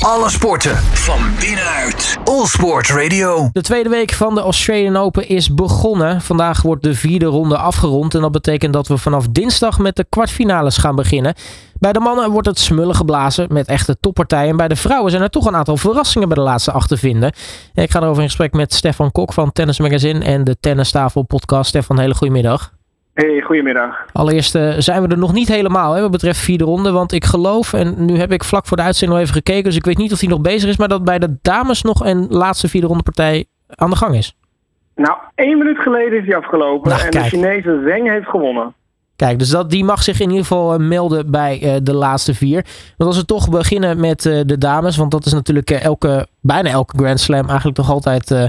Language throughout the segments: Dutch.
Alle sporten van binnenuit. All Sport Radio. De tweede week van de Australian Open is begonnen. Vandaag wordt de 4e ronde afgerond. En dat betekent dat we vanaf dinsdag met de kwartfinales gaan beginnen. Bij de mannen wordt het smullen geblazen met echte toppartijen. Bij de vrouwen zijn er toch een aantal verrassingen bij de laatste 8 te vinden. Ik ga erover in gesprek met Stefan Kok van Tennis Magazine en de Tennistafel podcast. Stefan, hele goedemiddag. Hey, goedemiddag. Allereerst zijn we er nog niet helemaal wat betreft 4e ronde. Want ik geloof, en nu heb ik vlak voor de uitzending nog even gekeken, dus ik weet niet of hij nog bezig is, maar dat bij de dames nog een laatste 4e ronde partij aan de gang is. Nou, 1 minuut geleden is hij afgelopen en kijk. De Chinese Zheng heeft gewonnen. Kijk, dus die mag zich in ieder geval melden bij de laatste 4. Want als we toch beginnen met de dames, want dat is natuurlijk bijna elke Grand Slam eigenlijk toch altijd...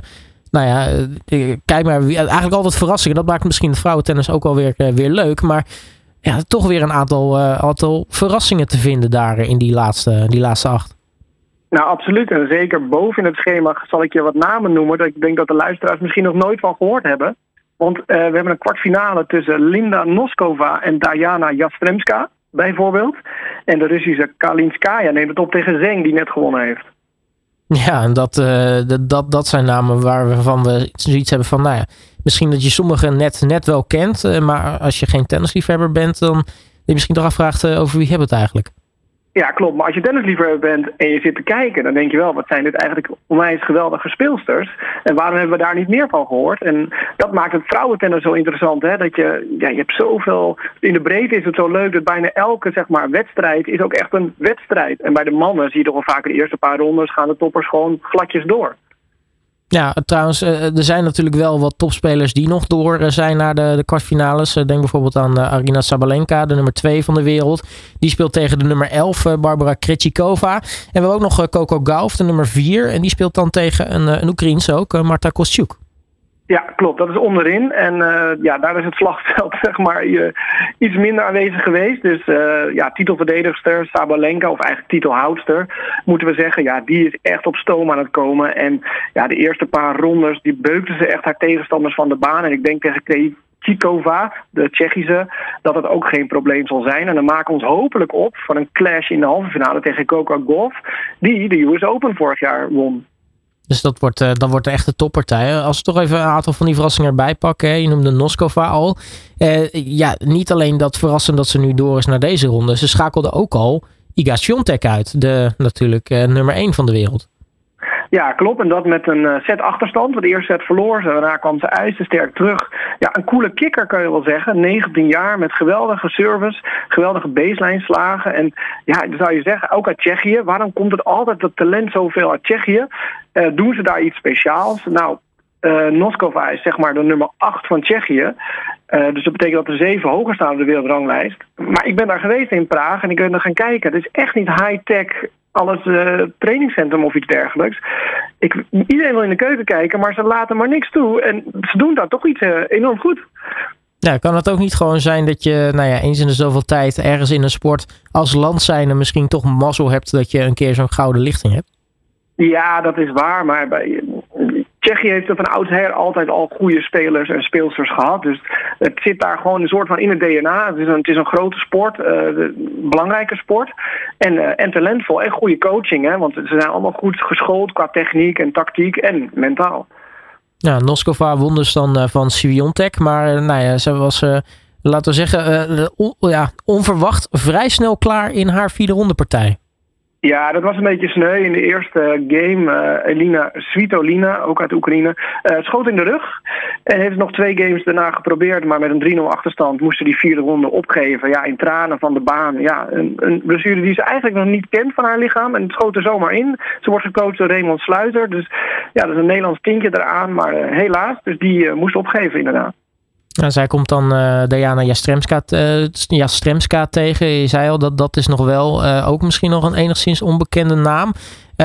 kijk maar, eigenlijk altijd verrassingen. Dat maakt misschien het vrouwentennis ook wel weer leuk. Maar ja, toch weer een aantal verrassingen te vinden daar in die laatste 8. Nou, absoluut. En zeker boven in het schema zal ik je wat namen noemen. Dat ik denk dat de luisteraars misschien nog nooit van gehoord hebben. Want we hebben een kwartfinale tussen Linda Noskova en Diana Yastremska, bijvoorbeeld. En de Russische Kalinskaya neemt het op tegen Zheng, die net gewonnen heeft. Ja, en dat zijn namen waarvan we zoiets hebben van, nou ja, misschien dat je sommige net wel kent, maar als je geen tennisliefhebber bent, dan je misschien toch afvraagt over wie hebben we het eigenlijk. Ja, klopt. Maar als je tennisliefhebber bent en je zit te kijken, dan denk je wel, wat zijn dit eigenlijk onwijs geweldige speelsters? En waarom hebben we daar niet meer van gehoord? En dat maakt het vrouwentennis zo interessant, hè? Dat je hebt zoveel... In de breedte is het zo leuk dat bijna elke, wedstrijd is ook echt een wedstrijd. En bij de mannen zie je toch wel vaak de eerste paar rondes gaan de toppers gewoon gladjes door. Ja, trouwens, er zijn natuurlijk wel wat topspelers die nog door zijn naar de kwartfinales. Denk bijvoorbeeld aan Aryna Sabalenka, de nummer 2 van de wereld. Die speelt tegen de nummer 11, Barbara Krejcikova. En we hebben ook nog Coco Gauff, de nummer 4. En die speelt dan tegen een Oekraïense ook, Marta Kostyuk. Ja, klopt. Dat is onderin. En daar is het slagveld iets minder aanwezig geweest. Dus titelverdedigster Sabalenka, of eigenlijk titelhoudster, moeten we zeggen. Die is echt op stoom aan het komen. En de eerste paar rondes, die beukte ze echt haar tegenstanders van de baan. En ik denk tegen Krejcikova, de Tsjechische, dat het ook geen probleem zal zijn. En dan maken we ons hopelijk op van een clash in de halve finale tegen Coco Gauff, die de US Open vorig jaar won. Dus dan wordt de echte toppartij. Als we toch even een aantal van die verrassingen erbij pakken. Hè. Je noemde Noskova al. Niet alleen dat verrassend dat ze nu door is naar deze ronde. Ze schakelde ook al Iga Swiatek uit. Natuurlijk nummer 1 van de wereld. Ja, klopt. En dat met een set achterstand. Want de eerste set verloor ze. Daarna kwam ze ijzersterk terug. Ja, een coole kikker kan je wel zeggen. 19 jaar met geweldige service. Geweldige baseline slagen. En dan zou je zeggen, ook uit Tsjechië. Waarom komt het altijd dat talent zoveel uit Tsjechië? Doen ze daar iets speciaals? Nou, Noskova is de nummer 8 van Tsjechië. Dus dat betekent dat er 7 hoger staan op de wereldranglijst. Maar ik ben daar geweest in Praag en ik ben er gaan kijken. Het is echt niet high-tech, alles trainingscentrum of iets dergelijks. Iedereen wil in de keuken kijken, maar ze laten maar niks toe. En ze doen daar toch iets enorm goed. Ja, kan het ook niet gewoon zijn dat je eens in de zoveel tijd ergens in een sport als land zijnde misschien toch mazzel hebt dat je een keer zo'n gouden lichting hebt? Ja, dat is waar, maar Tsjechië heeft van oudsher altijd al goede spelers en speelsters gehad. Dus het zit daar gewoon een soort van in het DNA. Het is een grote sport, belangrijke sport. En talentvol en goede coaching. Hè? Want ze zijn allemaal goed geschoold qua techniek en tactiek en mentaal. Ja, Noskova won dus dan van Swiatek. Maar ze was, laten we zeggen, onverwacht vrij snel klaar in haar 4e ronde partij. Ja, dat was een beetje sneu. In de eerste game, Elina Svitolina, ook uit Oekraïne, schoot in de rug. En heeft nog 2 games daarna geprobeerd, maar met een 3-0 achterstand moesten die 4e ronde opgeven. Ja, in tranen van de baan. Ja, een blessure die ze eigenlijk nog niet kent van haar lichaam. En het schoot er zomaar in. Ze wordt gecoacht door Raymond Sluiter. Dus dat is een Nederlands tintje eraan, maar helaas. Dus die moest opgeven inderdaad. Nou, zij komt dan Diana Yastremska tegen. Je zei al, dat is nog wel ook misschien nog een enigszins onbekende naam.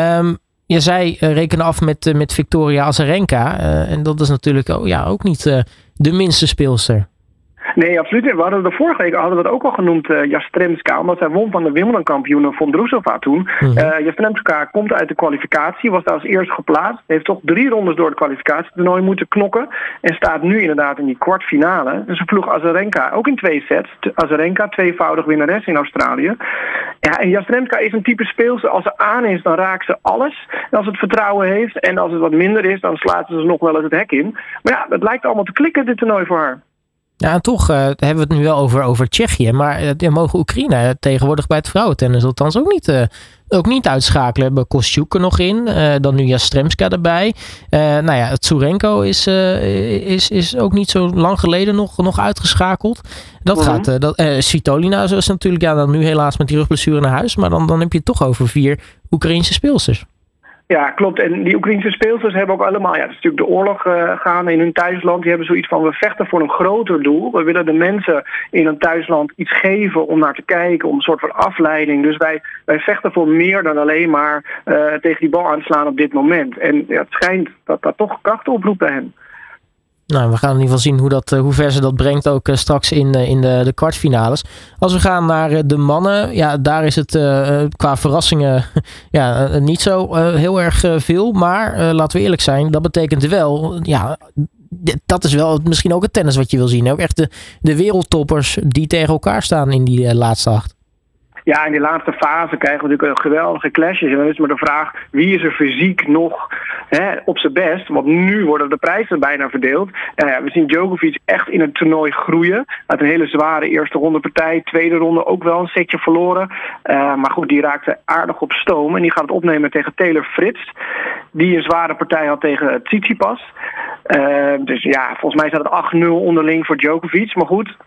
Zij rekenen af met Victoria Azarenka. En dat is natuurlijk ook niet de minste speelster. Nee, absoluut niet. We hadden de vorige week hadden we het ook al genoemd, Jastremska. Omdat zij won van de Wimbledon-kampioene Vondrousova toen. Jastremska komt uit de kwalificatie. Was daar als eerste geplaatst. Heeft toch 3 rondes door het kwalificatietoernooi moeten knokken. En staat nu inderdaad in die kwartfinale. Dus ze vloeg Azarenka ook in 2 sets. Azarenka, 2-voudig winnares in Australië. Ja, en Jastremska is een type speelster. Als ze aan is, dan raakt ze alles. En als het vertrouwen heeft en als het wat minder is, dan slaat ze nog wel eens het hek in. Maar ja, het lijkt allemaal te klikken, dit toernooi voor haar. Ja, en toch hebben we het nu wel over Tsjechië. Maar mogen Oekraïne tegenwoordig bij het vrouwentennis althans ook niet uitschakelen. We hebben Kostyuk er nog in. Dan nu Jastremska erbij. Tsurenko is ook niet zo lang geleden nog uitgeschakeld. Dat gaat. Svitolina is natuurlijk dan nu helaas met die rugblessure naar huis. Maar dan heb je het toch over 4 Oekraïnse speelsters. Ja, klopt. En die Oekraïnse speelsters hebben ook allemaal, het is natuurlijk de oorlog gaande in hun thuisland. Die hebben zoiets van, we vechten voor een groter doel. We willen de mensen in hun thuisland iets geven om naar te kijken, om een soort van afleiding. Dus wij vechten voor meer dan alleen maar tegen die bal aanslaan op dit moment. En het schijnt dat dat toch krachten oproept bij hen. Nou, we gaan in ieder geval zien hoe ver ze dat brengt ook straks in de kwartfinales. Als we gaan naar de mannen, daar is het qua verrassingen niet zo heel erg veel. Maar laten we eerlijk zijn, dat betekent wel, dat is wel misschien ook het tennis wat je wil zien. Ook echt de wereldtoppers die tegen elkaar staan in die laatste 8. Ja, in die laatste fase krijgen we natuurlijk geweldige clashes. En dan is maar de vraag, wie is er fysiek nog op zijn best? Want nu worden de prijzen bijna verdeeld. We zien Djokovic echt in het toernooi groeien. Uit een hele zware eerste ronde partij. Tweede ronde ook wel een setje verloren. Maar goed, die raakte aardig op stoom. En die gaat het opnemen tegen Taylor Fritz. Die een zware partij had tegen Tsitsipas. Dus volgens mij staat het 8-0 onderling voor Djokovic. Maar goed,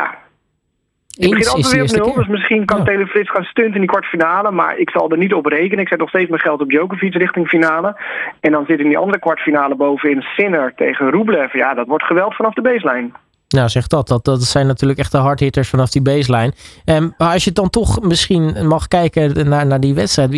het begint altijd weer op 0, dus misschien kan Taylor Fritz gaan stunten in die kwartfinale. Maar ik zal er niet op rekenen. Ik zet nog steeds mijn geld op Djokovic richting finale. En dan zit in die andere kwartfinale bovenin Sinner tegen Rublev. Ja, dat wordt geweld vanaf de baseline. Nou, zeg dat zijn natuurlijk echt de hardhitters vanaf die baseline. Maar als je dan toch misschien mag kijken naar die wedstrijd.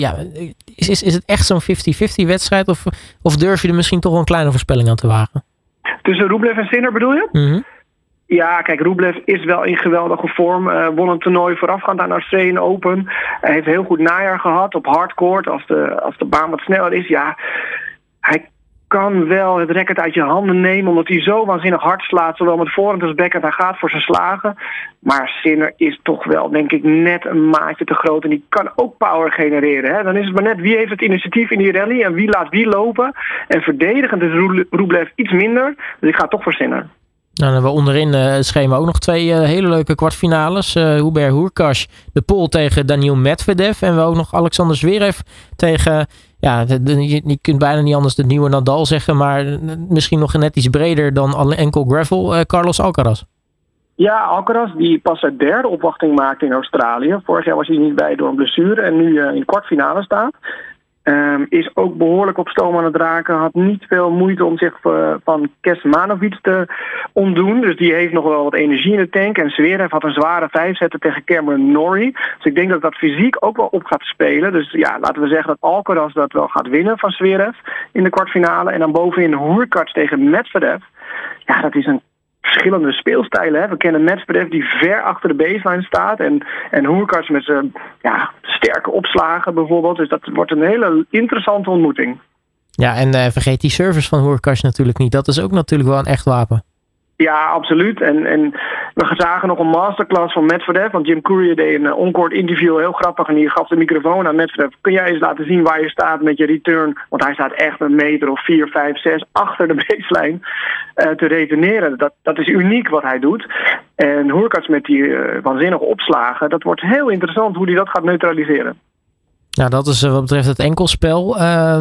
Is het echt zo'n 50-50 wedstrijd? Of durf je er misschien toch wel een kleine voorspelling aan te wagen? Tussen Rublev en Sinner bedoel je? Mm-hmm. Ja, kijk, Rublev is wel in geweldige vorm. Won een toernooi voorafgaand aan de Australian Open. Hij heeft heel goed najaar gehad op hardcourt. Als de baan wat sneller is, hij kan wel het racket uit je handen nemen, omdat hij zo waanzinnig hard slaat, zowel met voorhand als backhand. Hij gaat voor zijn slagen. Maar Sinner is toch wel, denk ik, net een maatje te groot. En die kan ook power genereren. Hè? Dan is het maar net wie heeft het initiatief in die rally en wie laat wie lopen. En verdedigend is Rublev iets minder. Dus ik ga toch voor Sinner. Nou, dan hebben we onderin het schema ook nog 2 hele leuke kwartfinales. Hubert Hurkacz, de Pool tegen Daniil Medvedev. En we ook nog Alexander Zverev tegen, je kunt bijna niet anders de nieuwe Nadal zeggen. Maar misschien nog net iets breder dan enkel gravel, Carlos Alcaraz. Ja, Alcaraz die pas zijn 3e opwachting maakte in Australië. Vorig jaar was hij niet bij door een blessure en nu in de kwartfinale staat. Is ook behoorlijk op stoom aan het raken. Had niet veel moeite om zich van Kecmanovic te ontdoen. Dus die heeft nog wel wat energie in de tank. En Zverev had een zware 5-setter tegen Cameron Norrie. Dus ik denk dat dat fysiek ook wel op gaat spelen. Dus laten we zeggen dat Alcaraz dat wel gaat winnen van Zverev in de kwartfinale. En dan bovenin Hurkacz tegen Medvedev. Ja, dat is een verschillende speelstijlen. Hè. We kennen Medvedev die ver achter de baseline staat. En Hurkacz met zijn sterke opslagen bijvoorbeeld. Dus dat wordt een hele interessante ontmoeting. Ja, en vergeet die service van Hurkacz natuurlijk niet. Dat is ook natuurlijk wel een echt wapen. Ja, absoluut. En we zagen nog een masterclass van Medvedev. Want Jim Courier deed een on-court interview, heel grappig. En die gaf de microfoon aan Medvedev. Kun jij eens laten zien waar je staat met je return? Want hij staat echt 1 meter of 4, 5, 6 achter de baseline te returneren. Dat is uniek wat hij doet. En Hurkacz met die waanzinnige opslagen. Dat wordt heel interessant hoe hij dat gaat neutraliseren. Nou, dat is wat betreft het enkelspel.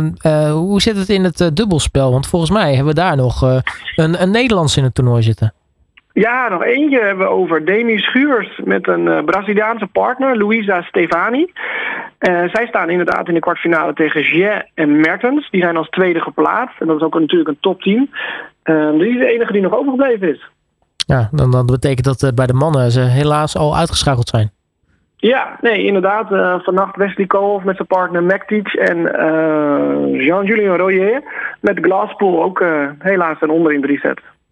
Hoe zit het in het dubbelspel? Want volgens mij hebben we daar nog een Nederlands in het toernooi zitten. Ja, nog eentje hebben we over Demi Schuurs met een Braziliaanse partner, Luisa Stefani. Zij staan inderdaad in de kwartfinale tegen Jé en Mertens. Die zijn als tweede geplaatst. En dat is ook natuurlijk een topteam. Die is de enige die nog overgebleven is. Ja, dan betekent dat bij de mannen ze helaas al uitgeschakeld zijn. Ja, nee, inderdaad. Vannacht Wesley Koolhof met zijn partner Mektic en Jean-Julien Royer met Glasspool ook helaas ten onder in 3 sets.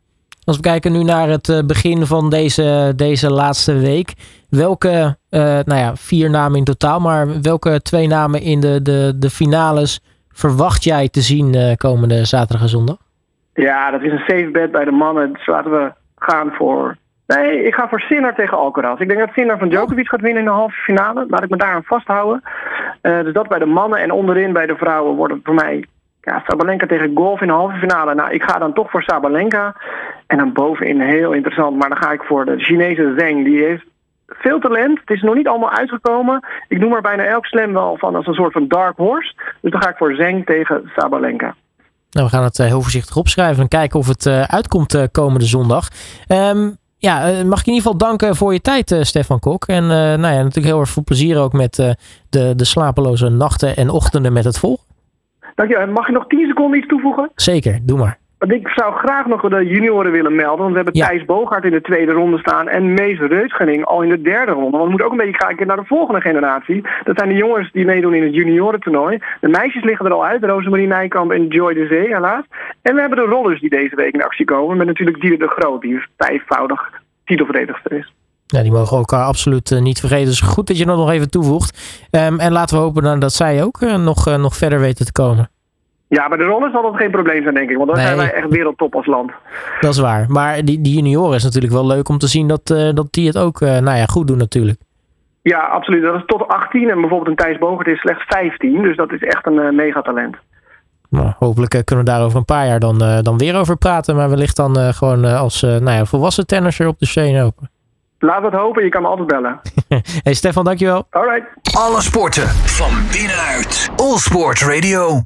Als we kijken nu naar het begin van deze laatste week. Welke, 4 namen in totaal, maar welke 2 namen in de finales verwacht jij te zien komende zaterdag en zondag? Ja, dat is een safe bet bij de mannen. Dus laten we gaan voor... Nee, ik ga voor Sinner tegen Alcaraz. Ik denk dat Sinner van Djokovic gaat winnen in de halve finale. Laat ik me daar aan vasthouden. Dus dat bij de mannen. En onderin bij de vrouwen wordt het voor mij... Ja, Sabalenka tegen Gauff in de halve finale. Nou, ik ga dan toch voor Sabalenka. En dan bovenin heel interessant. Maar dan ga ik voor de Chinese Zheng. Die heeft veel talent. Het is nog niet allemaal uitgekomen. Ik noem maar bijna elk slam wel van als een soort van dark horse. Dus dan ga ik voor Zheng tegen Sabalenka. Nou, we gaan het heel voorzichtig opschrijven en kijken of het uitkomt komende zondag. Mag ik in ieder geval danken voor je tijd, Stefan Kok. En natuurlijk heel erg veel plezier ook met de slapeloze nachten en ochtenden met het volgen. Dankjewel. Mag je nog 10 seconden iets toevoegen? Zeker, doe maar. Want ik zou graag nog de junioren willen melden. Want we hebben Thijs Bogaert in de 2e ronde staan. En Mees Reusgening al in de 3e ronde. Want we moeten ook een beetje kijken naar de volgende generatie. Dat zijn de jongens die meedoen in het juniorentoernooi. De meisjes liggen er al uit. Rosemarie Nijkamp en Joy de Zee, helaas. En we hebben de rollers die deze week in actie komen. Met natuurlijk Dieder de Groot, die 5-voudig titelverdedigster is. Ja, die mogen we ook absoluut niet vergeten. Dus goed dat je dat nog even toevoegt. En laten we hopen dat zij ook nog verder weten te komen. Ja, bij de rollers zal dat geen probleem zijn, denk ik. Want dan zijn wij echt wereldtop als land. Dat is waar. Maar die junioren is natuurlijk wel leuk om te zien dat die het ook goed doen natuurlijk. Ja, absoluut. Dat is tot 18. En bijvoorbeeld een Thijs Bogaert is slechts 15. Dus dat is echt een megatalent. Nou, hopelijk kunnen we daar over een paar jaar dan weer over praten. Maar wellicht dan gewoon als volwassen tennisser op de Australian Open. Laten we het hopen. Je kan me altijd bellen. Hey Stefan, dankjewel. Alright. Alle sporten van binnenuit. All Sport Radio.